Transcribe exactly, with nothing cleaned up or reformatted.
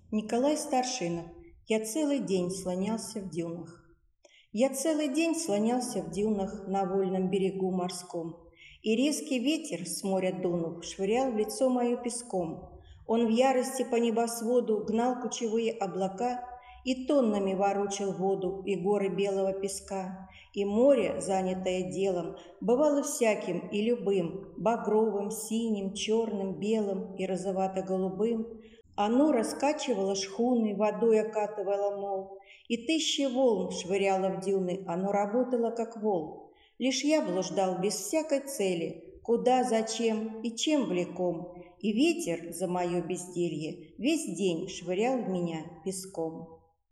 Николай Старшинов. Я целый день слонялся в дюнах. Я целый день слонялся в дюнах на вольном берегу морском, и резкий ветер с моря дунув швырял в лицо мое песком. Он в ярости по небосводу гнал кучевые облака и тоннами ворочал воду и горы белого песка. И море, занятое делом, бывало всяким и любым, багровым, синим, черным, белым и розовато-голубым. Оно раскачивало шхуны, водой окатывало мол, и тысячи волн швыряло в дюны, оно работало как вол. Лишь я блуждал без всякой цели, куда, зачем и чем влеком, и ветер за мое безделье весь день швырял в меня песком.